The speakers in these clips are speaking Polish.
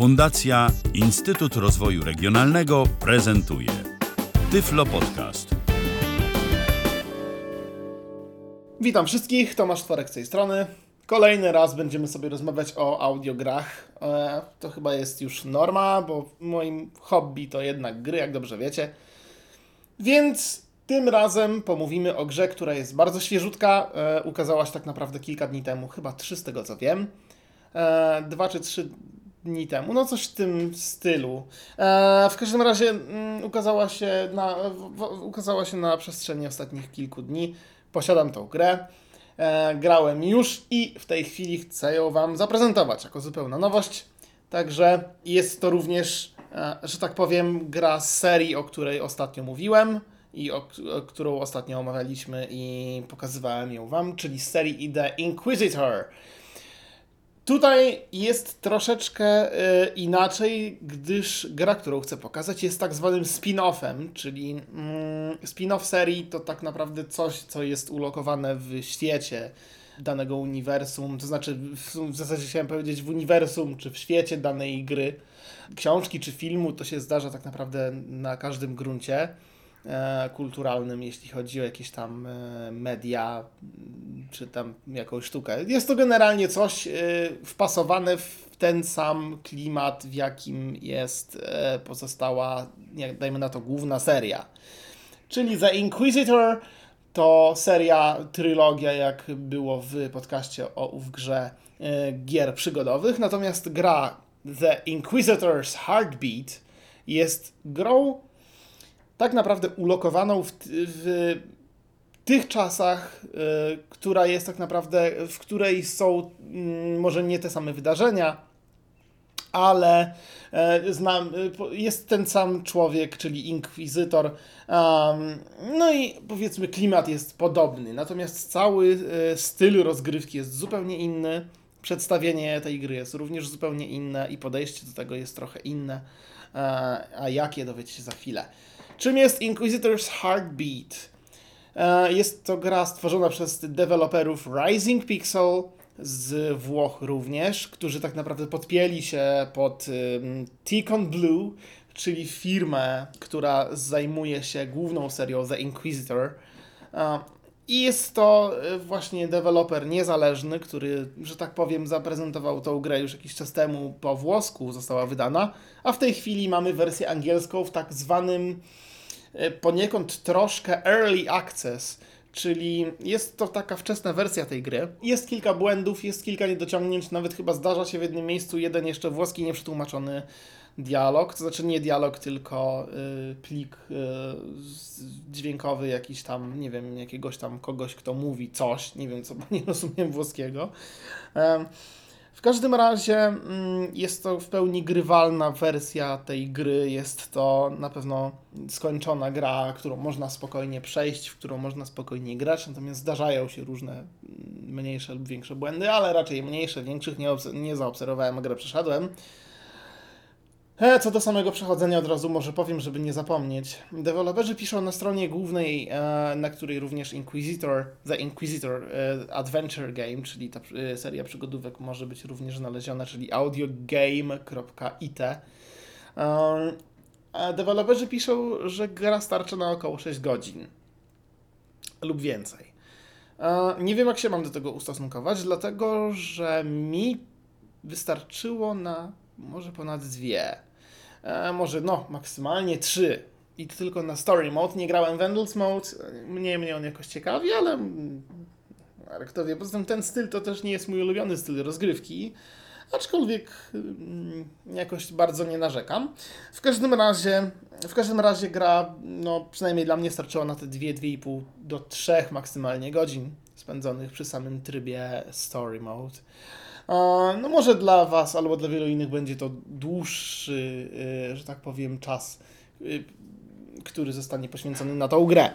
Fundacja Instytut Rozwoju Regionalnego prezentuje Tyflo Podcast. Witam wszystkich, Tomasz Tworek z tej strony. Kolejny raz będziemy sobie rozmawiać o audiograch. To chyba jest już norma, bo moim hobby to jednak gry, jak dobrze wiecie. Więc tym razem pomówimy o grze, która jest bardzo świeżutka. Ukazała się tak naprawdę kilka dni temu, chyba 3 z tego co wiem. 2 czy 3 dni temu, no coś w tym stylu. W każdym razie ukazała się na przestrzeni ostatnich kilku dni. Posiadam tą grę, grałem już i w tej chwili chcę ją Wam zaprezentować jako zupełna nowość. Także jest to również, że tak powiem, gra z serii, o której ostatnio mówiłem i którą ostatnio omawialiśmy i pokazywałem ją Wam, czyli z serii The Inquisitor. Tutaj jest troszeczkę inaczej, gdyż gra, którą chcę pokazać, jest tak zwanym spin-offem, czyli spin-off serii to tak naprawdę coś, co jest ulokowane w świecie danego uniwersum, to znaczy w zasadzie chciałem powiedzieć w uniwersum czy w świecie danej gry, książki czy filmu, to się zdarza tak naprawdę na każdym gruncie kulturalnym, jeśli chodzi o jakieś tam media, czy tam jakąś sztukę. Jest to generalnie coś wpasowane w ten sam klimat, w jakim jest pozostała, dajmy na to, główna seria. Czyli The Inquisitor to seria, trylogia, jak było w podcaście o grze gier przygodowych, natomiast gra The Inquisitor's Heartbeat jest grą tak naprawdę ulokowaną w tych czasach, która jest tak naprawdę, w której są może nie te same wydarzenia, ale jest ten sam człowiek, czyli Inkwizytor, no i powiedzmy klimat jest podobny, natomiast cały styl rozgrywki jest zupełnie inny, przedstawienie tej gry jest również zupełnie inne i podejście do tego jest trochę inne, a jakie dowiecie się za chwilę. Czym jest Inquisitor's Heartbeat? Jest to gra stworzona przez deweloperów Rising Pixel z Włoch również, którzy tak naprawdę podpięli się pod Ticon Blue, czyli firmę, która zajmuje się główną serią The Inquisitor. I jest to właśnie deweloper niezależny, który, że tak powiem, zaprezentował tą grę już jakiś czas temu, po włosku została wydana, a w tej chwili mamy wersję angielską w tak zwanym poniekąd troszkę early access, czyli jest to taka wczesna wersja tej gry. Jest kilka błędów, jest kilka niedociągnięć, nawet chyba zdarza się w jednym miejscu jeden jeszcze włoski nieprzetłumaczony dialog, to znaczy nie dialog, tylko plik dźwiękowy jakiś tam, nie wiem, jakiegoś tam kogoś, kto mówi coś, nie wiem co, bo nie rozumiem włoskiego. W każdym razie jest to w pełni grywalna wersja tej gry, jest to na pewno skończona gra, którą można spokojnie przejść, w którą można spokojnie grać, natomiast zdarzają się różne mniejsze lub większe błędy, ale raczej mniejsze, większych nie zaobserwowałem, a grę przeszedłem. Co do samego przechodzenia od razu może powiem, żeby nie zapomnieć. Deweloperzy piszą na stronie głównej, na której również The Inquisitor Adventure Game, czyli ta seria przygodówek może być również znaleziona, czyli audiogame.it. Deweloperzy piszą, że gra starcza na około 6 godzin lub więcej. Nie wiem, jak się mam do tego ustosunkować, dlatego że mi wystarczyło na może ponad 2. Może maksymalnie 3. I to tylko na Story Mode. Nie grałem w Endless Mode. Mnie on jakoś ciekawi, ale kto wie. Poza tym ten styl to też nie jest mój ulubiony styl rozgrywki. Aczkolwiek jakoś bardzo nie narzekam. W każdym razie gra, przynajmniej dla mnie starczyła na te 2,5 do 3 maksymalnie godzin spędzonych przy samym trybie Story Mode. Może dla Was albo dla wielu innych będzie to dłuższy, że tak powiem, czas, który zostanie poświęcony na tą grę.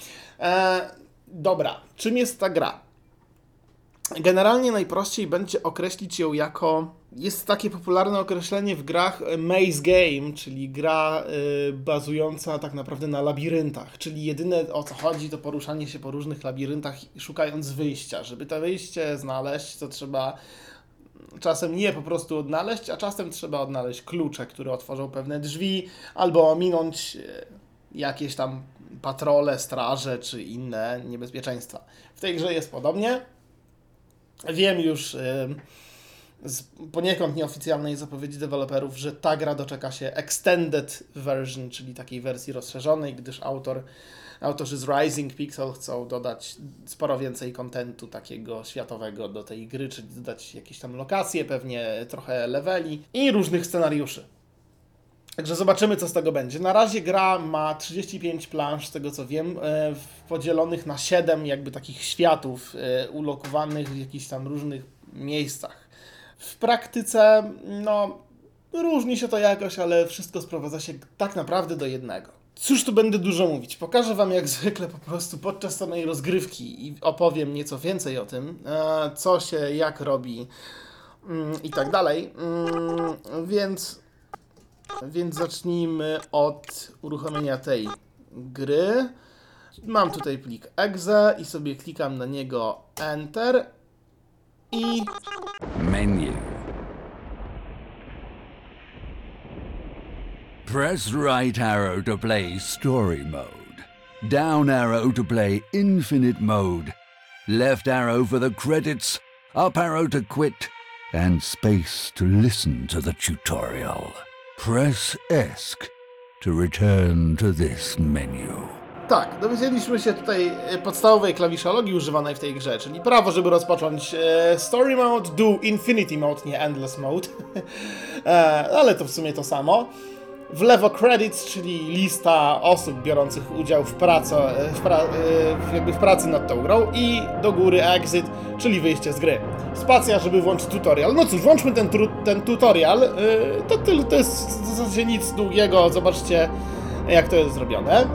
Dobra, czym jest ta gra? Generalnie najprościej będzie określić ją jako... Jest takie popularne określenie w grach maze game, czyli gra bazująca tak naprawdę na labiryntach, czyli jedyne o co chodzi to poruszanie się po różnych labiryntach szukając wyjścia. Żeby to wyjście znaleźć, to trzeba czasem je po prostu odnaleźć, a czasem trzeba odnaleźć klucze, które otworzą pewne drzwi, albo ominąć jakieś tam patrole, straże czy inne niebezpieczeństwa. W tej grze jest podobnie. Wiem już z poniekąd nieoficjalnej zapowiedzi deweloperów, że ta gra doczeka się extended version, czyli takiej wersji rozszerzonej, gdyż autorzy z Rising Pixel chcą dodać sporo więcej kontentu takiego światowego do tej gry, czyli dodać jakieś tam lokacje, pewnie trochę leveli i różnych scenariuszy. Także zobaczymy, co z tego będzie. Na razie gra ma 35 planż, z tego co wiem, podzielonych na 7 jakby takich światów ulokowanych w jakichś tam różnych miejscach. W praktyce, no, różni się to jakoś, ale wszystko sprowadza się tak naprawdę do jednego. Cóż tu będę dużo mówić? Pokażę wam jak zwykle po prostu podczas samej rozgrywki i opowiem nieco więcej o tym, co się, jak robi i tak dalej. Więc zacznijmy od uruchomienia tej gry. Mam tutaj plik exe i sobie klikam na niego Enter i Menu. Press right arrow to play story mode. Down arrow to play infinite mode. Left arrow for the credits. Up arrow to quit. And space to listen to the tutorial. Press ESC to return to this menu. tak, dowiedzieliśmy się tutaj podstawowej klawiszologii używanej w tej grze, czyli prawo, żeby rozpocząć Story Mode, Do Infinity Mode, nie Endless Mode, ale to w sumie to samo. W lewo Credits, czyli lista osób biorących udział w pracy nad tą grą i do góry Exit, czyli wyjście z gry. Spacja, żeby włączyć tutorial. No cóż, włączmy ten tutorial. To jest w zasadzie nic długiego, zobaczcie jak to jest zrobione.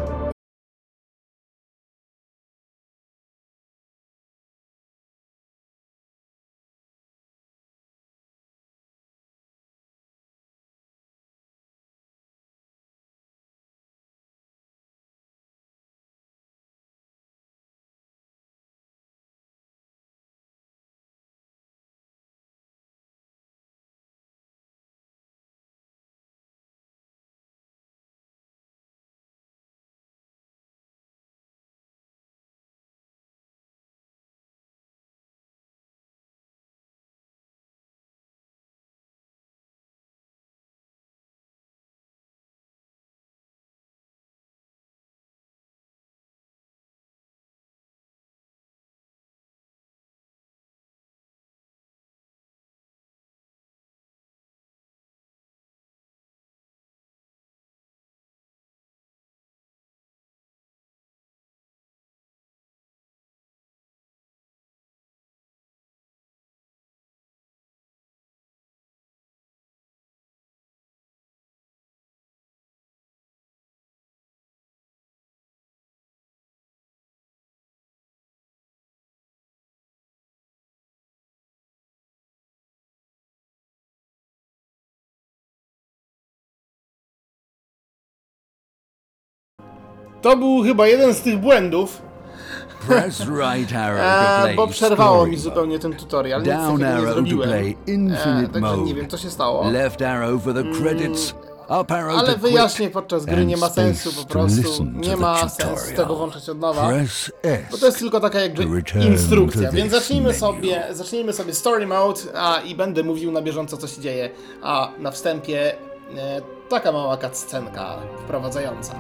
To był chyba jeden z tych błędów, Press right arrow to play bo przerwało story mi zupełnie ten tutorial, nic Down takiego nie arrow to zrobiłem. play infinite Także nie mode. wiem, co się stało. Left arrow for the credits. Up arrow Ale to quit. wyjaśnię podczas gry, and nie ma sensu space po to prostu. listen to Nie the ma tutorial. sensu tego włączać od nowa. Press Bo to jest tylko taka jakby to return instrukcja, to więc this zacznijmy sobie story mode i będę mówił na bieżąco, co się dzieje. A na wstępie taka mała cutscenka wprowadzająca.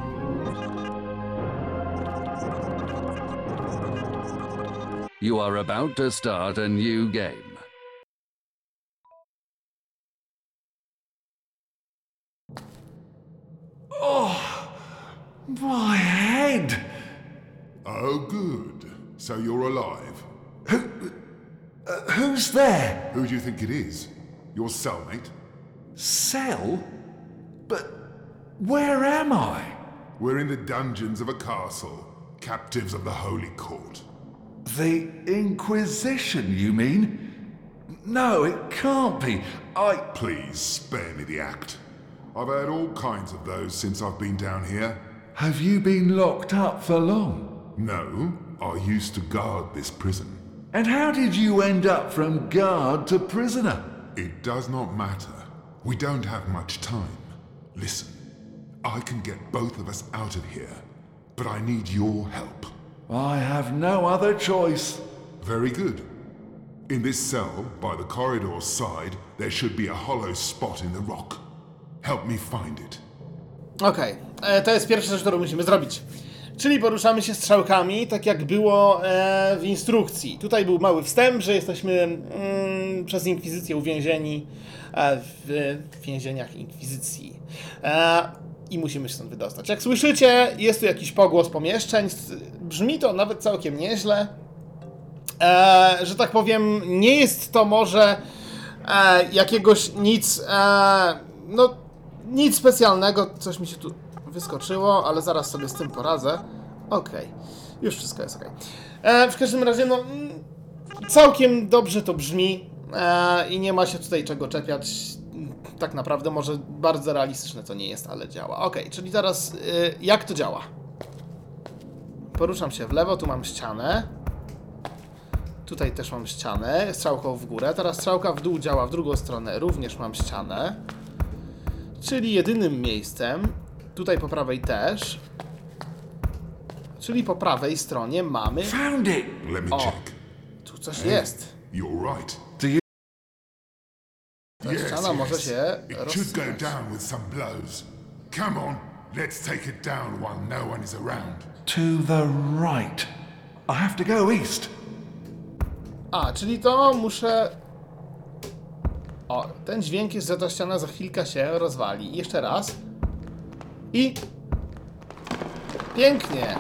You are about to start a new game. My head! Oh, good. So you're alive. Who's there? Who do you think it is? Your cellmate? Cell? But where am I? We're in the dungeons of a castle, captives of the Holy Court. The Inquisition, you mean? No, it can't be. Please spare me the act. I've had all kinds of those since I've been down here. Have you been locked up for long? No, I used to guard this prison. And how did you end up from guard to prisoner? It does not matter. We don't have much time. Listen, I can get both of us out of here, but I need your help. I have no other choice. Very good. In this cell, by the corridor's side, there should be a hollow spot in the rock. Help me find it. Okej, to jest pierwsza rzecz, którą musimy zrobić. Czyli poruszamy się strzałkami, tak jak było w instrukcji. Tutaj był mały wstęp, że jesteśmy przez Inkwizycję uwięzieni w więzieniach Inkwizycji. I musimy się stąd wydostać. Jak słyszycie, jest tu jakiś pogłos pomieszczeń. Brzmi to nawet całkiem nieźle. Że tak powiem, nie jest to może jakiegoś nic specjalnego. Coś mi się tu wyskoczyło, ale zaraz sobie z tym poradzę. Okej, już wszystko jest okej. W każdym razie, no, całkiem dobrze to brzmi i nie ma się tutaj czego czepiać. Tak naprawdę może bardzo realistyczne to nie jest, ale działa. Okej, czyli teraz jak to działa? Poruszam się w lewo, tu mam ścianę. Tutaj też mam ścianę, strzałką w górę. Teraz strzałka w dół działa w drugą stronę, również mam ścianę. Czyli jedynym miejscem, tutaj po prawej też, czyli po prawej stronie mamy... Found it! Let me check. Tu coś jest. You're right. Ta ściana może się It should go rozsunąć. down with some blows. Come on, let's take it down while no one is around. To the right. I have to go east. Czyli to muszę... O, ten dźwięk jest, że ta ściana za chwilkę się rozwali. I jeszcze raz. I... Pięknie!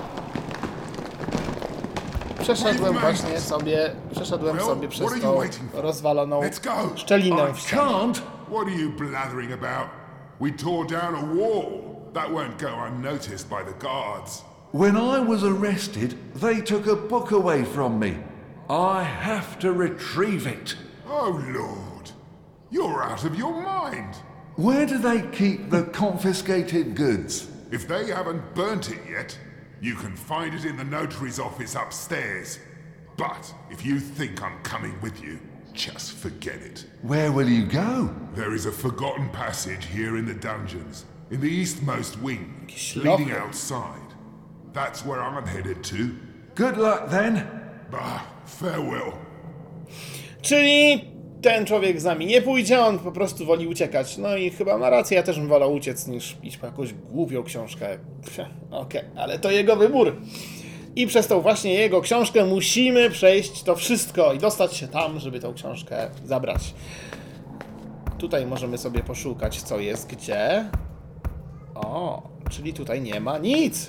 Przeszedłem sobie przez tą rozwaloną szczelinę w ścianie. Can't. What are you blathering about? We tore down a wall. That won't go unnoticed by the guards. When I was arrested, they took a book away from me. I have to retrieve it. Oh, Lord. You're out of your mind. Where do they keep the confiscated goods? If they haven't burnt it yet, you can find it in the notary's office upstairs. But if you think I'm coming with you, just forget it. Where will you go? There is a forgotten passage here in the dungeons, in the eastmost wing, Jakieś leading lochy. outside. That's where I'm headed to. Good luck then. Bah, farewell. Czyli ten człowiek z nami nie pójdzie, on po prostu woli uciekać. No i chyba ma rację, ja też bym wolał uciec niż iść po jakąś głupią książkę. Okej, ale to jego wybór. I przez tą właśnie jego książkę musimy przejść to wszystko i dostać się tam, żeby tą książkę zabrać. Tutaj możemy sobie poszukać, co jest gdzie. O, czyli tutaj nie ma nic.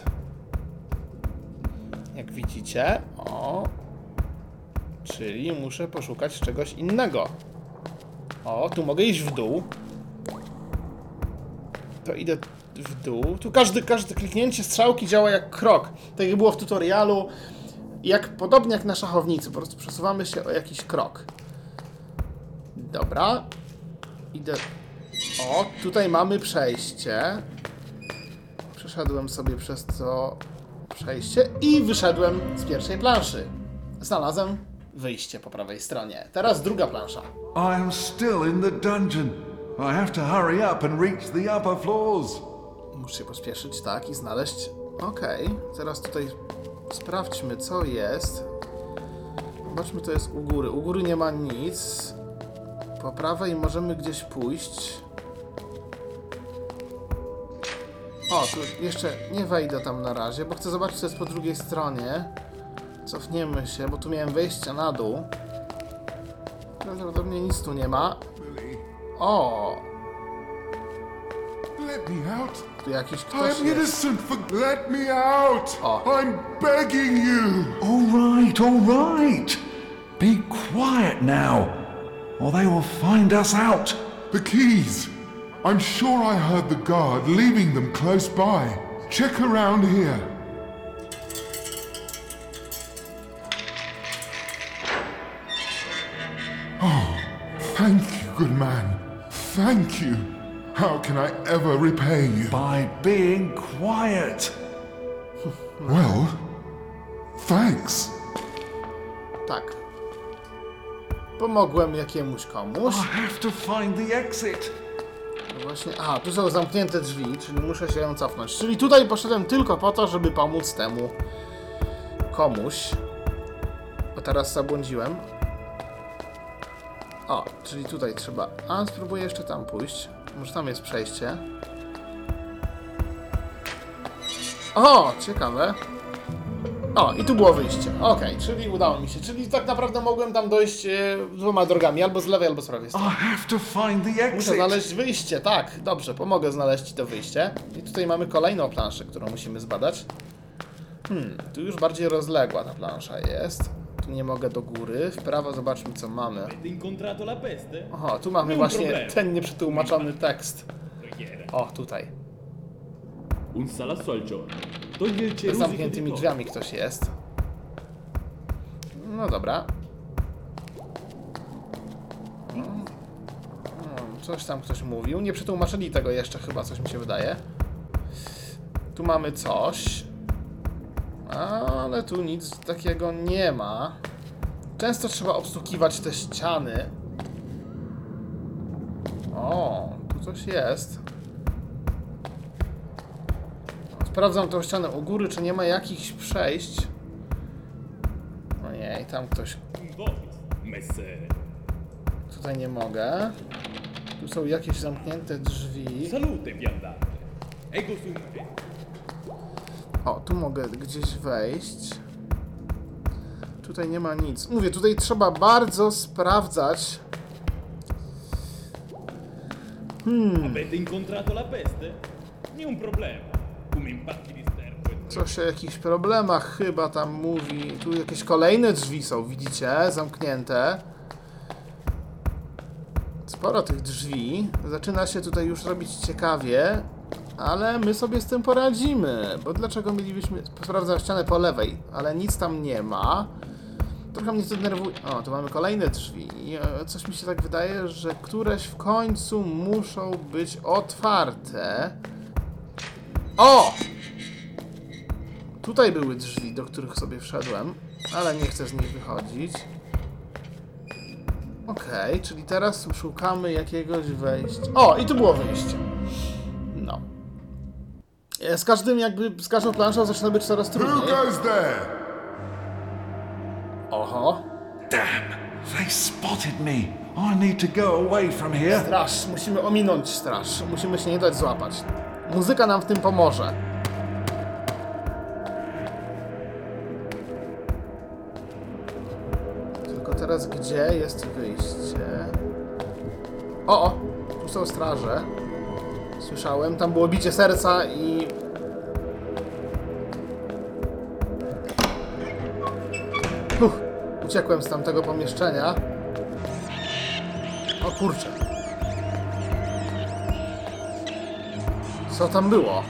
Jak widzicie, czyli muszę poszukać czegoś innego. O, tu mogę iść w dół. To idę w dół. Tu każde kliknięcie strzałki działa jak krok. Tak jak było w tutorialu. Podobnie jak na szachownicy. Po prostu przesuwamy się o jakiś krok. Dobra. Idę... O, tutaj mamy przejście. Przeszedłem sobie przez to przejście i wyszedłem z pierwszej planszy. Znalazłem wyjście po prawej stronie. Teraz druga plansza. I am still in the dungeon. I have to hurry up and reach the upper floors. Muszę się pospieszyć, tak, i znaleźć... Okej, teraz tutaj sprawdźmy, co jest. Zobaczmy, co jest u góry. U góry nie ma nic. Po prawej możemy gdzieś pójść. O, tu jeszcze nie wejdę tam na razie, bo chcę zobaczyć, co jest po drugiej stronie. Cofniemy się, bo tu miałem wejście na dół. Prawdopodobnie nic tu nie ma. O! Let me out. Tu jakiś ktoś I'm jest. innocent. Let me out. Oh. I'm begging you. All right. Be quiet now, or they will find us out. The keys. I'm sure I heard the guard leaving them close by. Check around here. Oh, thank you, good man. Thank you. How can I ever repay you? By being quiet. Well, thanks. Tak. pomogłem jakiemuś komuś. I have to find the exit. No właśnie, aha, tu są zamknięte drzwi, czyli muszę się ją cofnąć. Czyli tutaj poszedłem tylko po to, żeby pomóc temu komuś. Bo teraz zabłądziłem. O, czyli tutaj trzeba... A, spróbuję jeszcze tam pójść. Może tam jest przejście. O, ciekawe. O, i tu było wyjście. Okej, czyli udało mi się. Czyli tak naprawdę mogłem tam dojść dwoma drogami. Albo z lewej, albo z prawej I strony. have to find the Muszę exit. znaleźć wyjście, tak. Dobrze, pomogę znaleźć to wyjście. I tutaj mamy kolejną planszę, którą musimy zbadać. Tu już bardziej rozległa ta plansza jest. Tu nie mogę do góry. W prawo zobaczmy, co mamy. Avete incontrato la peste? Oho, tu mamy Nie właśnie problem. ten nieprzetłumaczony tekst. Preghiera. O, tutaj. Un salasso al giorno. Toglie il Z cerusico zamkniętymi di torno. drzwiami ktoś jest. No dobra. Coś tam ktoś mówił. Nie przetłumaczyli tego jeszcze chyba, coś mi się wydaje. Tu mamy coś. Ale tu nic takiego nie ma. Często trzeba obstukiwać te ściany. O, tu coś jest. Sprawdzam tą ścianę u góry, czy nie ma jakichś przejść. No nie, i tam ktoś... Un vobis, messere. Tutaj nie mogę. Tu są jakieś zamknięte drzwi. Salute, viandante. Ego sum me. O, tu mogę gdzieś wejść. Tutaj nie ma nic. Mówię, tutaj trzeba bardzo sprawdzać. Avete incontrato la peste? Nie un problema. Come impatti di sterco. Coś o jakichś problemach chyba tam mówi. Tu jakieś kolejne drzwi są, widzicie? Zamknięte. Sporo tych drzwi. Zaczyna się tutaj już robić ciekawie. Ale my sobie z tym poradzimy. Bo dlaczego mielibyśmy... Sprawdzam ścianę po lewej, ale nic tam nie ma. Trochę mnie to denerwuje. O, tu mamy kolejne drzwi. I, coś mi się tak wydaje, że któreś w końcu muszą być otwarte. O! Tutaj były drzwi, do których sobie wszedłem, ale nie chcę z nich wychodzić. Okej, czyli teraz szukamy jakiegoś wejścia. O, i tu było wyjście. No. Z każdą planszą zaczyna być coraz Who trudniej. goes there? Oho. Damn, they spotted me. I need to go away from here. Straż, musimy ominąć straż. Musimy się nie dać złapać. Muzyka nam w tym pomoże. Tylko teraz gdzie jest wyjście? O! Tu są straże. Słyszałem, tam było bicie serca i... Uciekłem z tamtego pomieszczenia. O kurczę. Co tam było?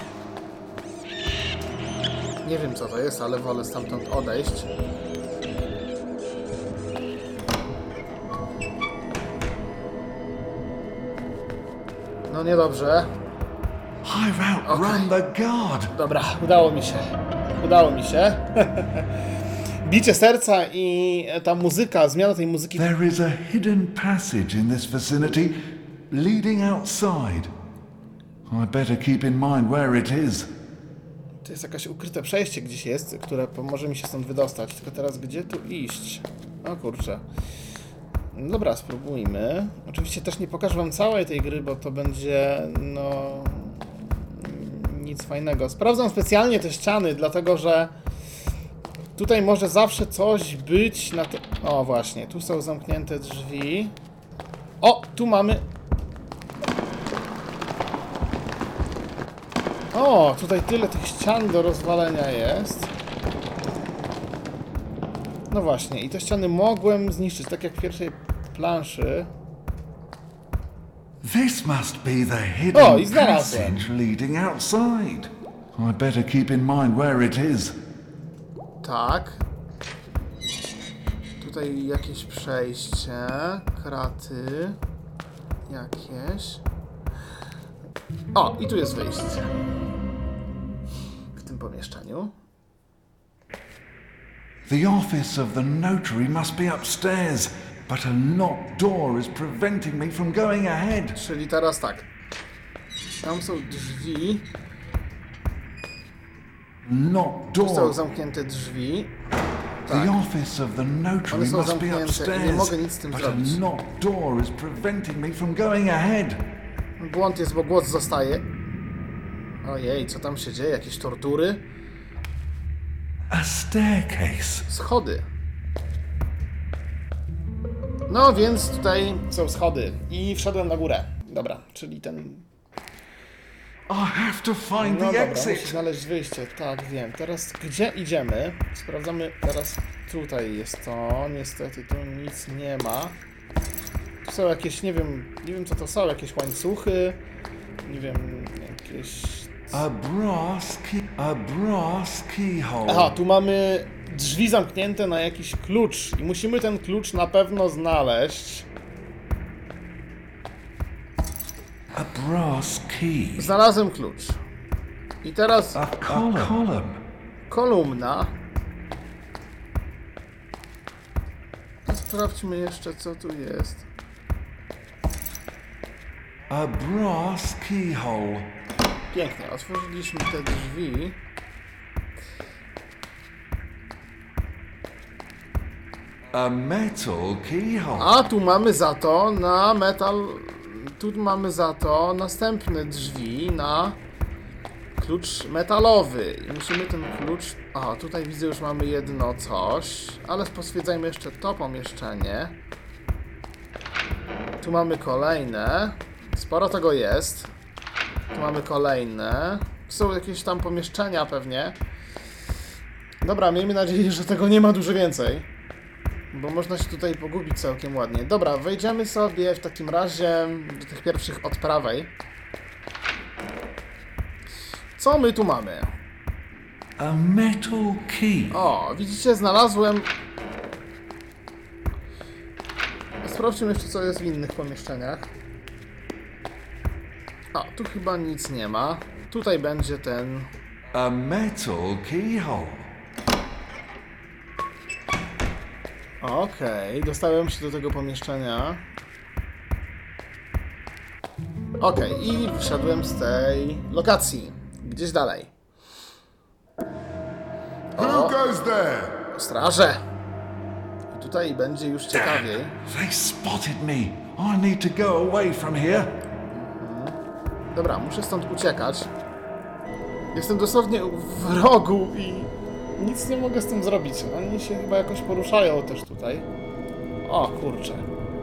Nie wiem co to jest, ale wolę stamtąd odejść. No niedobrze. I've outrun the guard. Dobra, udało mi się. Udało mi się. Bicie serca i ta muzyka, zmiana tej muzyki. There is a hidden passage in this vicinity leading outside. I better keep in mind where it is. To jest jakieś ukryte przejście gdzieś jest, które pomoże mi się stąd wydostać. Tylko teraz gdzie tu iść? O kurczę. Dobra, spróbujmy. Oczywiście też nie pokażę wam całej tej gry, bo to będzie, no... nic fajnego. Sprawdzam specjalnie te ściany, dlatego że tutaj może zawsze coś być na te... O właśnie, tu są zamknięte drzwi. O, tu mamy... O, tutaj tyle tych ścian do rozwalenia jest. No właśnie, i te ściany mogłem zniszczyć, tak jak w pierwszej planszy. This must be the O, hidden i znalazłem. passage leading outside. I better keep in mind where it is. Tak. Tutaj jakieś przejście, kraty jakieś. O, i tu jest wyjście. W tym pomieszczeniu. The office of the notary must be upstairs, but a locked door is preventing me from going ahead. Czyli teraz tak. Tam są drzwi. Locked Tu są door. zamknięte drzwi. The office of the notary One są must be zamknięte i upstairs, nie mogę nic z tym but zrobić. a locked door is preventing me from going ahead. Błąd jest, bo głos zostaje. Ojej, co tam się dzieje? Jakieś tortury? A staircase. Schody. No więc tutaj są schody. I wszedłem na górę. Dobra, czyli ten... I have to find No the dobra, muszę exit. znaleźć wyjście. Tak, wiem. Teraz gdzie idziemy? Sprawdzamy teraz. Tutaj jest to. Niestety tu nic nie ma. Tu są jakieś, nie wiem co to są, jakieś łańcuchy. Nie wiem, jakieś... A brass keyhole. Aha, tu mamy drzwi zamknięte na jakiś klucz. I musimy ten klucz na pewno znaleźć. A brass key. Znalazłem klucz. I teraz A column. kolumna. Sprawdźmy jeszcze, co tu jest. A brass keyhole. Pięknie, otworzyliśmy te drzwi. A metal keyhole. A tu mamy za to na metal. Tu mamy za to następne drzwi na klucz metalowy. I musimy ten klucz. A tutaj widzę, już mamy jedno coś. Ale potwierdzajmy jeszcze to pomieszczenie. Tu mamy kolejne. Sporo tego jest. Tu mamy kolejne. Są jakieś tam pomieszczenia pewnie. Dobra, miejmy nadzieję, że tego nie ma dużo więcej. Bo można się tutaj pogubić całkiem ładnie. Dobra, wejdziemy sobie w takim razie do tych pierwszych od prawej. Co my tu mamy? A metal key. O, widzicie, znalazłem... Sprawdźmy jeszcze, co jest w innych pomieszczeniach. O, tu chyba nic nie ma. Tutaj będzie ten... A metal keyhole. Okej, dostałem się do tego pomieszczenia. Okej, i wszedłem z tej lokacji. Gdzieś dalej. Who goes there? Straże! I tutaj będzie już ciekawiej. They spotted me. I need to go away from here. Dobra, muszę stąd uciekać. Jestem dosłownie w rogu i nic nie mogę z tym zrobić. Oni się chyba jakoś poruszają też tutaj. O, kurczę.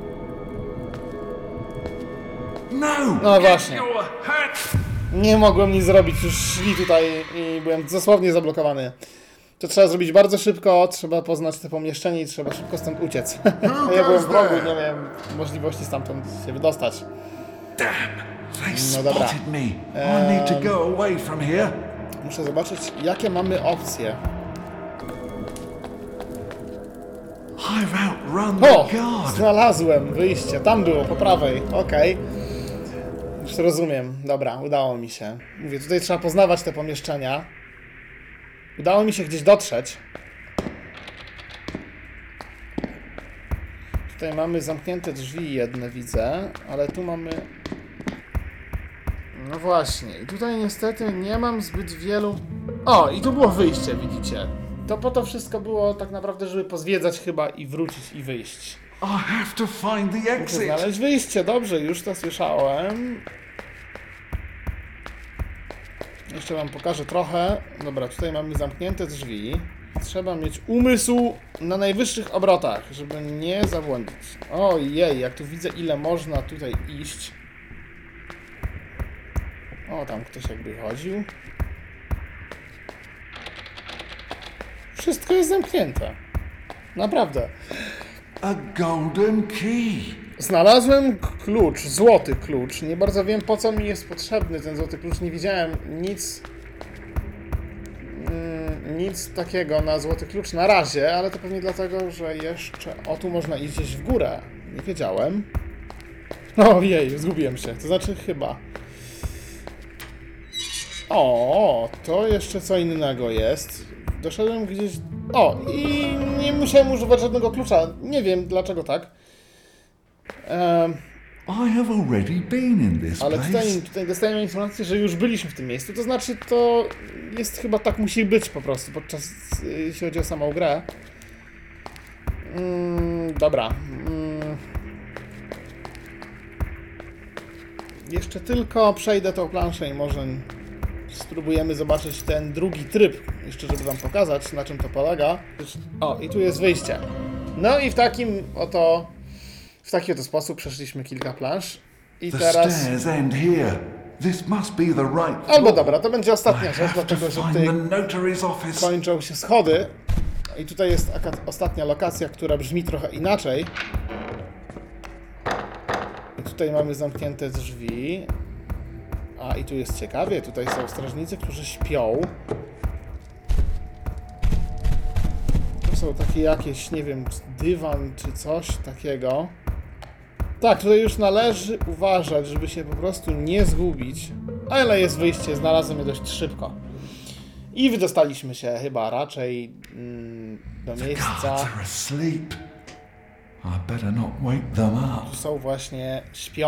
No właśnie. Your hat. Nie mogłem nic zrobić, już szli tutaj i byłem dosłownie zablokowany. To trzeba zrobić bardzo szybko, trzeba poznać te pomieszczenie i trzeba szybko stąd uciec. A ja byłem w rogu, nie miałem możliwości stamtąd się wydostać. Damn. They No dobra. spotted me. I need to go away from here. Muszę zobaczyć, jakie mamy opcje. I've outrun the O! guard. Znalazłem wyjście, tam było, po prawej, okej. Już rozumiem, dobra, udało mi się. Mówię, tutaj trzeba poznawać te pomieszczenia. Udało mi się gdzieś dotrzeć. Tutaj mamy zamknięte drzwi jedne, widzę, ale tu mamy... No właśnie, i tutaj niestety nie mam zbyt wielu... O, i tu było wyjście, widzicie. To po to wszystko było tak naprawdę, żeby pozwiedzać chyba i wrócić i wyjść. I have to find the Muszę exit. znaleźć wyjście, dobrze, już to słyszałem. Jeszcze wam pokażę trochę. Dobra, tutaj mamy zamknięte drzwi. Trzeba mieć umysł na najwyższych obrotach, żeby nie zabłądzić. Ojej, jak tu widzę, ile można tutaj iść. O, tam ktoś jakby chodził. Wszystko jest zamknięte. Naprawdę. A golden key. Znalazłem klucz, złoty klucz. Nie bardzo wiem, po co mi jest potrzebny ten złoty klucz. Nie widziałem nic takiego na złoty klucz na razie, ale to pewnie dlatego, że jeszcze... O, tu można iść gdzieś w górę. Nie wiedziałem. Ojej, zgubiłem się. To znaczy chyba. O, to jeszcze co innego jest. Doszedłem gdzieś... O, i nie musiałem używać żadnego klucza. Nie wiem dlaczego tak. I have already been in this Ale place. tutaj dostajemy informację, że już byliśmy w tym miejscu, to znaczy to jest chyba tak musi być po prostu, jeśli chodzi o samą grę. Dobra. Jeszcze tylko przejdę tą planszę i może spróbujemy zobaczyć ten drugi tryb, jeszcze żeby wam pokazać, na czym to polega. O, i tu jest wyjście. No i w taki oto sposób przeszliśmy kilka plansz. I The teraz... stairs end here. This must be the right Albo floor. dobra, to będzie ostatnia I rzecz, have to dlatego że find tutaj the notary's office. kończą się schody. I tutaj jest ostatnia lokacja, która brzmi trochę inaczej. I tutaj mamy zamknięte drzwi. A i tu jest ciekawie, tutaj są strażnicy, którzy śpią. To są takie jakieś, nie wiem, dywan czy coś takiego. Tak, tutaj już należy uważać, żeby się po prostu nie zgubić. Ale jest wyjście, znalazłem je dość szybko. I wydostaliśmy się chyba raczej do miejsca. Guards are asleep. I better not wake them up. Tu są właśnie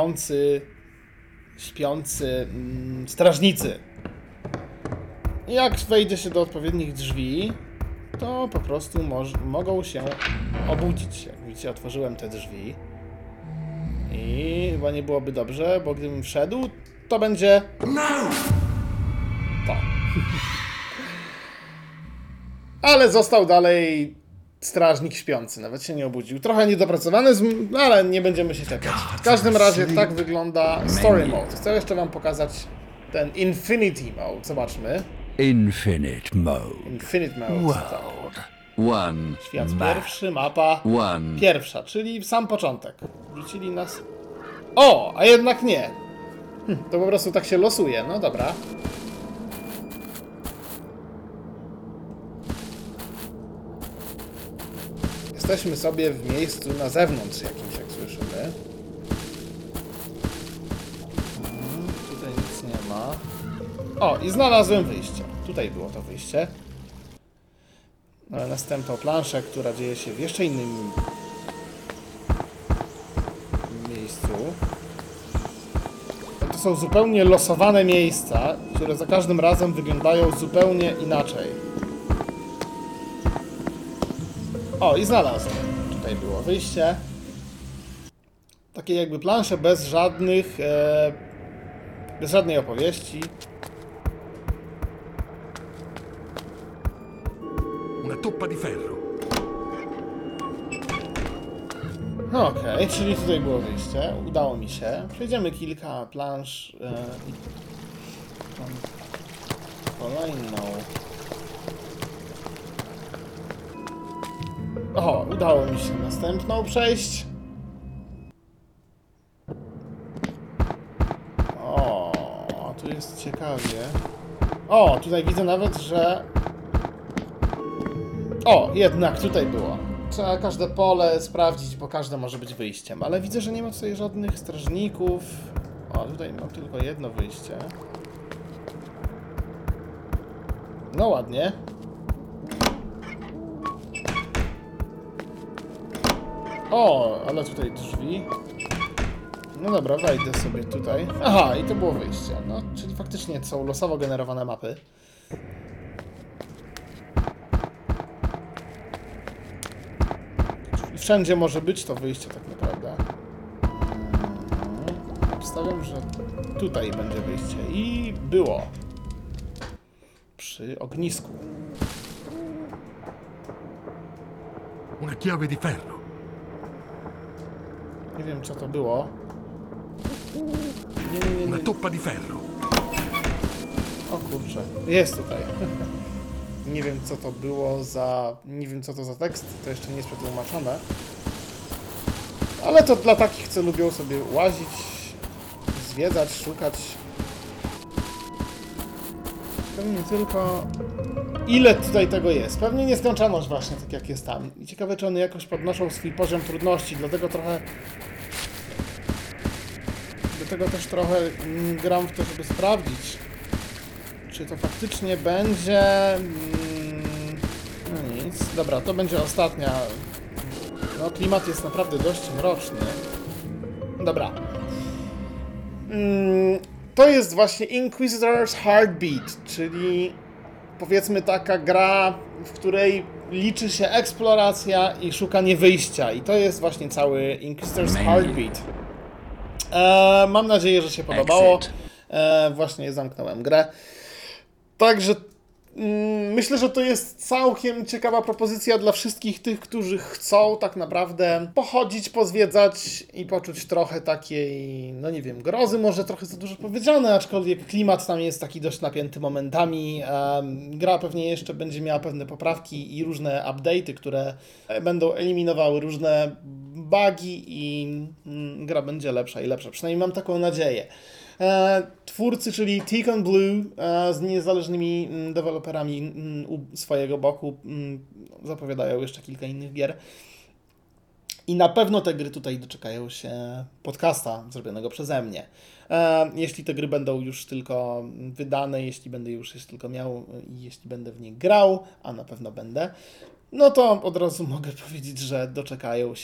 śpiący strażnicy. I jak wejdzie się do odpowiednich drzwi, to po prostu mogą się obudzić. Jak widzicie, otworzyłem te drzwi. I chyba nie byłoby dobrze, bo gdybym wszedł, to będzie No! to. Ale został dalej strażnik śpiący, nawet się nie obudził. Trochę niedopracowany, ale nie będziemy się czepiać. W każdym razie tak wygląda Story Mode. Chcę jeszcze wam pokazać ten Infinity Mode. Zobaczmy. Infinite mode. Infinite Mode. World. One Świat map. pierwszy, mapa One. pierwsza, czyli sam początek. Wrzucili nas... O, a jednak nie. To po prostu tak się losuje, no dobra. Jesteśmy sobie w miejscu na zewnątrz jakimś, jak słyszymy. Tutaj nic nie ma. O, i znalazłem wyjście. Tutaj było to wyjście. Ale następną planszę, która dzieje się w jeszcze innym miejscu. To są zupełnie losowane miejsca, które za każdym razem wyglądają zupełnie inaczej. O, i znalazłem. Tutaj było wyjście. Takie jakby plansze bez żadnej opowieści. Una toppa di ferro. No okej, czyli tutaj było wyjście. Udało mi się. Przejdziemy kilka plansz i kolejną. O, udało mi się następną przejść. O, tu jest ciekawie. O, tutaj widzę nawet, że... O, jednak tutaj było. Trzeba każde pole sprawdzić, bo każde może być wyjściem. Ale widzę, że nie ma tutaj żadnych strażników. O, tutaj mam tylko jedno wyjście. No ładnie. O, ale tutaj drzwi. No dobra, wejdę sobie tutaj. Aha, i to było wyjście. No, czyli faktycznie to są losowo generowane mapy. I wszędzie może być to wyjście tak naprawdę. Obstawiam, że tutaj będzie wyjście. I było. Przy ognisku. Una chiave di ferro. Nie wiem, co to było. Nie. Una toppa di ferro. O kurczę, jest tutaj. Nie wiem, co to było za... Nie wiem, co to za tekst, to jeszcze nie jest przetłumaczone. Ale to dla takich, co lubią sobie łazić, zwiedzać, szukać. Pewnie tylko... Ile tutaj tego jest? Pewnie nieskończoność właśnie, tak jak jest tam. I ciekawe, czy one jakoś podnoszą swój poziom trudności, dlatego trochę... Dlatego też trochę gram w to, żeby sprawdzić, czy to faktycznie będzie... No nic. Dobra, to będzie ostatnia... No klimat jest naprawdę dość mroczny. Dobra. To jest właśnie Inquisitor's Heartbeat, czyli powiedzmy taka gra, w której liczy się eksploracja i szukanie wyjścia. I to jest właśnie cały Inquisitor's Heartbeat. Mam nadzieję, że się podobało. Właśnie zamknąłem grę. Także myślę, że to jest całkiem ciekawa propozycja dla wszystkich tych, którzy chcą tak naprawdę pochodzić, pozwiedzać i poczuć trochę takiej, no nie wiem, grozy, może trochę za dużo powiedziane, aczkolwiek klimat tam jest taki dość napięty momentami. Gra pewnie jeszcze będzie miała pewne poprawki i różne update'y, które będą eliminowały różne bugi i gra będzie lepsza i lepsza. Przynajmniej mam taką nadzieję. Twórcy, czyli Tekken Blue, z niezależnymi deweloperami u swojego boku, zapowiadają jeszcze kilka innych gier. I na pewno te gry tutaj doczekają się podcasta zrobionego przeze mnie. Jeśli te gry będą już tylko wydane, jeśli będę już tylko miał i jeśli będę w nie grał, a na pewno będę, no to od razu mogę powiedzieć, że doczekają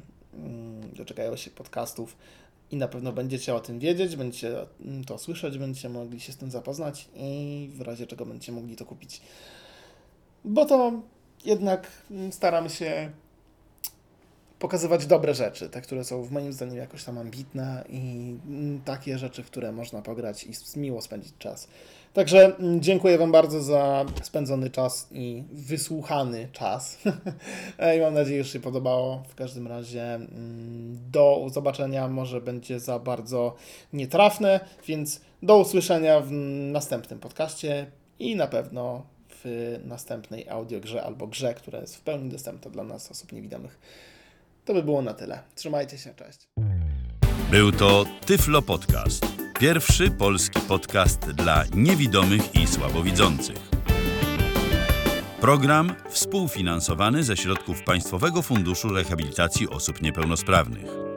się podcastów. I na pewno będziecie o tym wiedzieć, będziecie to słyszeć, będziecie mogli się z tym zapoznać i w razie czego będziecie mogli to kupić. Bo to jednak staramy się pokazywać dobre rzeczy, te, które są moim zdaniem jakoś tam ambitne i takie rzeczy, w które można pograć i miło spędzić czas. Także dziękuję Wam bardzo za spędzony czas i wysłuchany czas. I mam nadzieję, że się podobało. W każdym razie do zobaczenia, może będzie za bardzo nietrafne, więc do usłyszenia w następnym podcaście i na pewno w następnej audiogrze albo grze, która jest w pełni dostępna dla nas, osób niewidomych. To by było na tyle. Trzymajcie się, cześć. Był to Tyflo Podcast. Pierwszy polski podcast dla niewidomych i słabowidzących. Program współfinansowany ze środków Państwowego Funduszu Rehabilitacji Osób Niepełnosprawnych.